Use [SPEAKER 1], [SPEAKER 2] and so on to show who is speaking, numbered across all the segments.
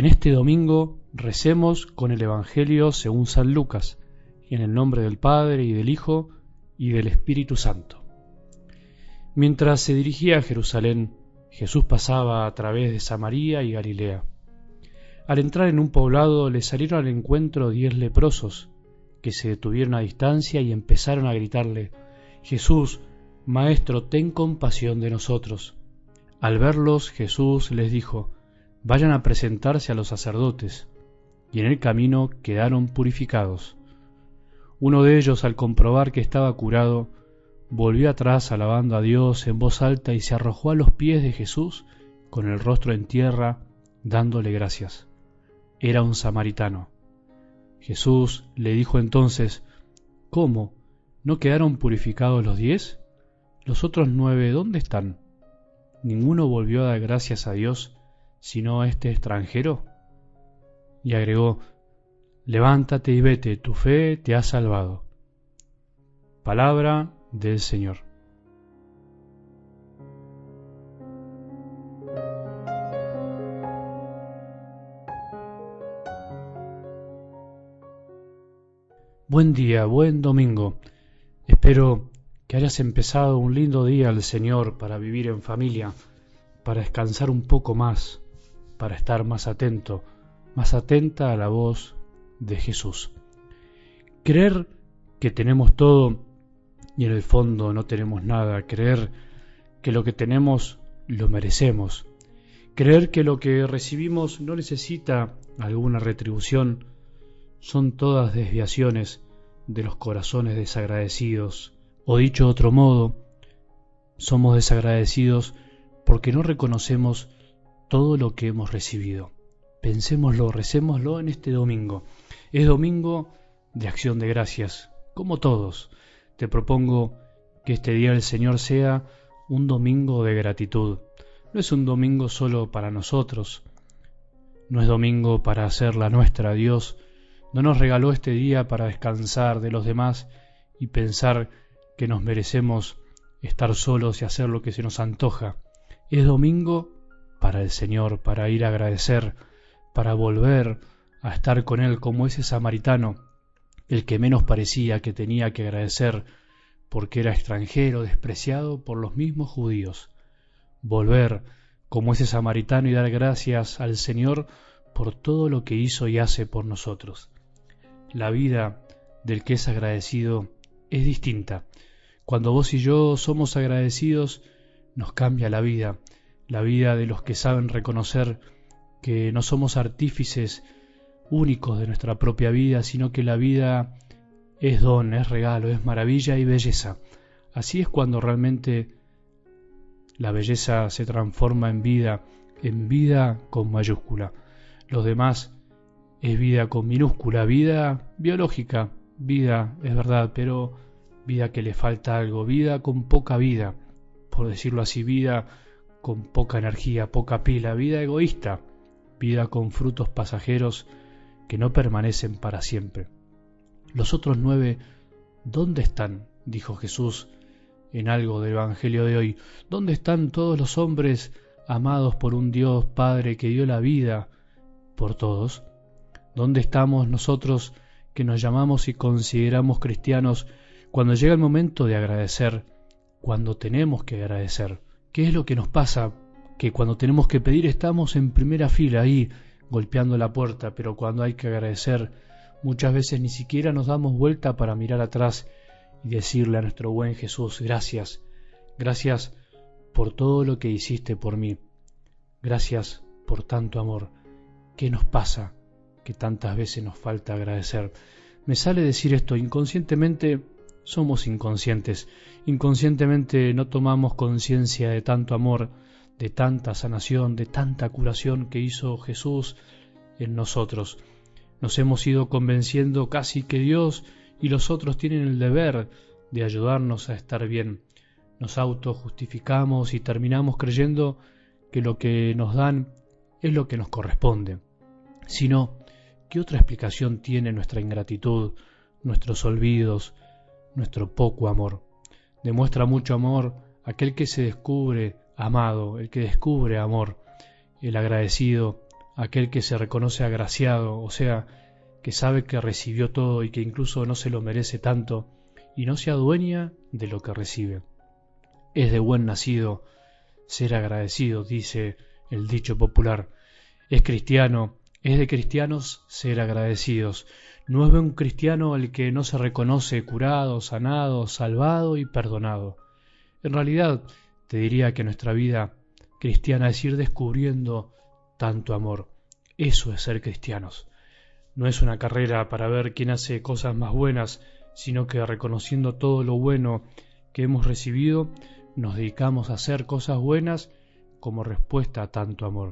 [SPEAKER 1] En este domingo recemos con el Evangelio según San Lucas, en el nombre del Padre y del Hijo y del Espíritu Santo. Mientras se dirigía a Jerusalén, Jesús pasaba a través de Samaria y Galilea. Al entrar en un poblado le salieron al encuentro 10 leprosos, que se detuvieron a distancia y empezaron a gritarle: «Jesús, Maestro, ten compasión de nosotros». Al verlos, Jesús les dijo: «Vayan a presentarse a los sacerdotes», y en el camino quedaron purificados. Uno de ellos, al comprobar que estaba curado, volvió atrás alabando a Dios en voz alta y se arrojó a los pies de Jesús con el rostro en tierra, dándole gracias. Era un samaritano. Jesús le dijo entonces: «¿Cómo? ¿No quedaron purificados los 10? ¿Los otros 9 dónde están? ¿Ninguno volvió a dar gracias a Dios, sino este extranjero?» Y agregó: «Levántate y vete, tu fe te ha salvado». Palabra del Señor. Buen día, buen domingo. Espero que hayas empezado un lindo día al Señor para vivir en familia, para descansar un poco más, para estar más atento, más atenta a la voz de Jesús. Creer que tenemos todo y en el fondo no tenemos nada, creer que lo que tenemos lo merecemos, creer que lo que recibimos no necesita alguna retribución, son todas desviaciones de los corazones desagradecidos. O dicho de otro modo, somos desagradecidos porque no reconocemos todo lo que hemos recibido. Pensémoslo, recémoslo en este domingo. Es domingo de acción de gracias, como todos. Te propongo que este día del Señor sea un domingo de gratitud. No es un domingo solo para nosotros, no es domingo para hacerla nuestra. Dios no nos regaló este día para descansar de los demás y pensar que nos merecemos estar solos y hacer lo que se nos antoja. Es domingo para el Señor, para ir a agradecer, para volver a estar con Él como ese samaritano, el que menos parecía que tenía que agradecer porque era extranjero, despreciado por los mismos judíos. Volver como ese samaritano y dar gracias al Señor por todo lo que hizo y hace por nosotros. La vida del que es agradecido es distinta. Cuando vos y yo somos agradecidos, nos cambia la vida de los que saben reconocer que no somos artífices únicos de nuestra propia vida, sino que la vida es don, es regalo, es maravilla y belleza. Así es cuando realmente la belleza se transforma en vida con mayúscula. Los demás es vida con minúscula, vida biológica, vida, es verdad, pero vida que le falta algo, vida con poca vida, por decirlo así, vida con poca energía, poca pila, vida egoísta, vida con frutos pasajeros que no permanecen para siempre. Los otros 9, ¿dónde están?, dijo Jesús en algo del Evangelio de hoy. ¿Dónde están todos los hombres amados por un Dios Padre que dio la vida por todos? ¿Dónde estamos nosotros que nos llamamos y consideramos cristianos cuando llega el momento de agradecer, cuando tenemos que agradecer? ¿Qué es lo que nos pasa? Que cuando tenemos que pedir estamos en primera fila ahí golpeando la puerta, pero cuando hay que agradecer muchas veces ni siquiera nos damos vuelta para mirar atrás y decirle a nuestro buen Jesús: gracias, gracias por todo lo que hiciste por mí, gracias por tanto amor. ¿Qué nos pasa que tantas veces nos falta agradecer? Me sale decir esto, inconscientemente somos inconscientes, inconscientemente no tomamos conciencia de tanto amor, de tanta sanación, de tanta curación que hizo Jesús en nosotros. Nos hemos ido convenciendo casi que Dios y los otros tienen el deber de ayudarnos a estar bien. Nos autojustificamos y terminamos creyendo que lo que nos dan es lo que nos corresponde. Si no, ¿qué otra explicación tiene nuestra ingratitud, nuestros olvidos, nuestro poco amor? Demuestra mucho amor aquel que se descubre amado, el que descubre amor. El agradecido aquel que se reconoce agraciado, o sea, que sabe que recibió todo y que incluso no se lo merece tanto, y no se adueña de lo que recibe. Es de buen nacido ser agradecido, dice el dicho popular. Es cristiano, es de cristianos ser agradecidos. No es un cristiano el que no se reconoce curado, sanado, salvado y perdonado. En realidad, te diría que nuestra vida cristiana es ir descubriendo tanto amor. Eso es ser cristianos. No es una carrera para ver quién hace cosas más buenas, sino que reconociendo todo lo bueno que hemos recibido, nos dedicamos a hacer cosas buenas como respuesta a tanto amor.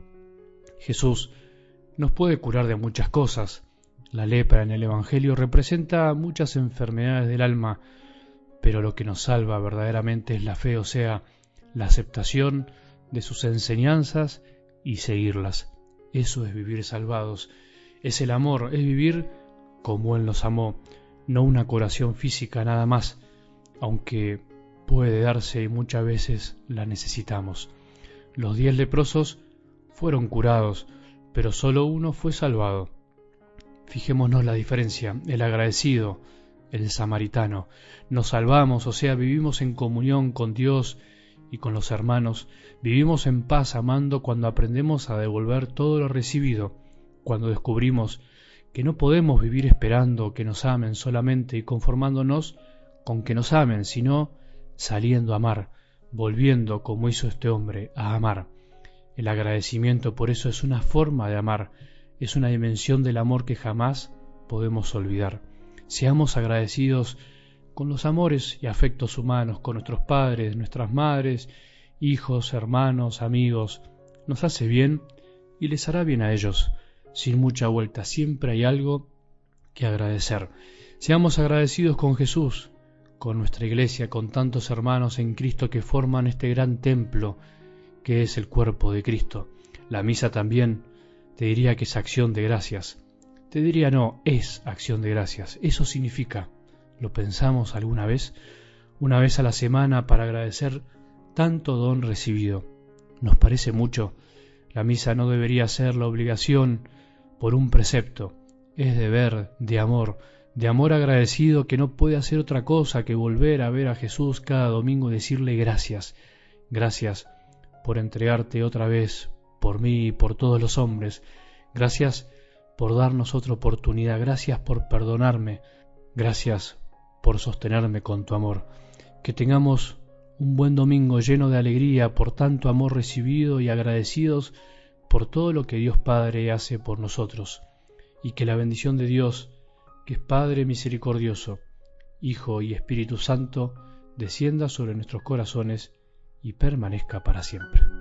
[SPEAKER 1] Jesús nos puede curar de muchas cosas. La lepra en el Evangelio representa muchas enfermedades del alma, pero lo que nos salva verdaderamente es la fe, o sea, la aceptación de sus enseñanzas y seguirlas. Eso es vivir salvados. Es el amor, es vivir como Él nos amó, no una curación física nada más, aunque puede darse y muchas veces la necesitamos. Los 10 leprosos fueron curados, pero solo uno fue salvado. Fijémonos la diferencia, el agradecido, el samaritano. Nos salvamos, o sea, vivimos en comunión con Dios y con los hermanos, vivimos en paz amando cuando aprendemos a devolver todo lo recibido, cuando descubrimos que no podemos vivir esperando que nos amen solamente y conformándonos con que nos amen, sino saliendo a amar, volviendo, como hizo este hombre, a amar. El agradecimiento por eso es una forma de amar, es una dimensión del amor que jamás podemos olvidar. Seamos agradecidos con los amores y afectos humanos, con nuestros padres, nuestras madres, hijos, hermanos, amigos. Nos hace bien y les hará bien a ellos. Sin mucha vuelta, siempre hay algo que agradecer. Seamos agradecidos con Jesús, con nuestra iglesia, con tantos hermanos en Cristo que forman este gran templo que es el cuerpo de Cristo. La misa también te diría que es acción de gracias. Te diría no, es acción de gracias. Eso significa, ¿lo pensamos alguna vez? Una vez a la semana para agradecer tanto don recibido. ¿Nos parece mucho? La misa no debería ser la obligación por un precepto. Es deber de amor agradecido que no puede hacer otra cosa que volver a ver a Jesús cada domingo y decirle gracias. Gracias por entregarte otra vez por mí y por todos los hombres. Gracias por darnos otra oportunidad. Gracias por perdonarme. Gracias por sostenerme con tu amor. Que tengamos un buen domingo lleno de alegría por tanto amor recibido y agradecidos por todo lo que Dios Padre hace por nosotros. Y que la bendición de Dios, que es Padre misericordioso, Hijo y Espíritu Santo, descienda sobre nuestros corazones y permanezca para siempre.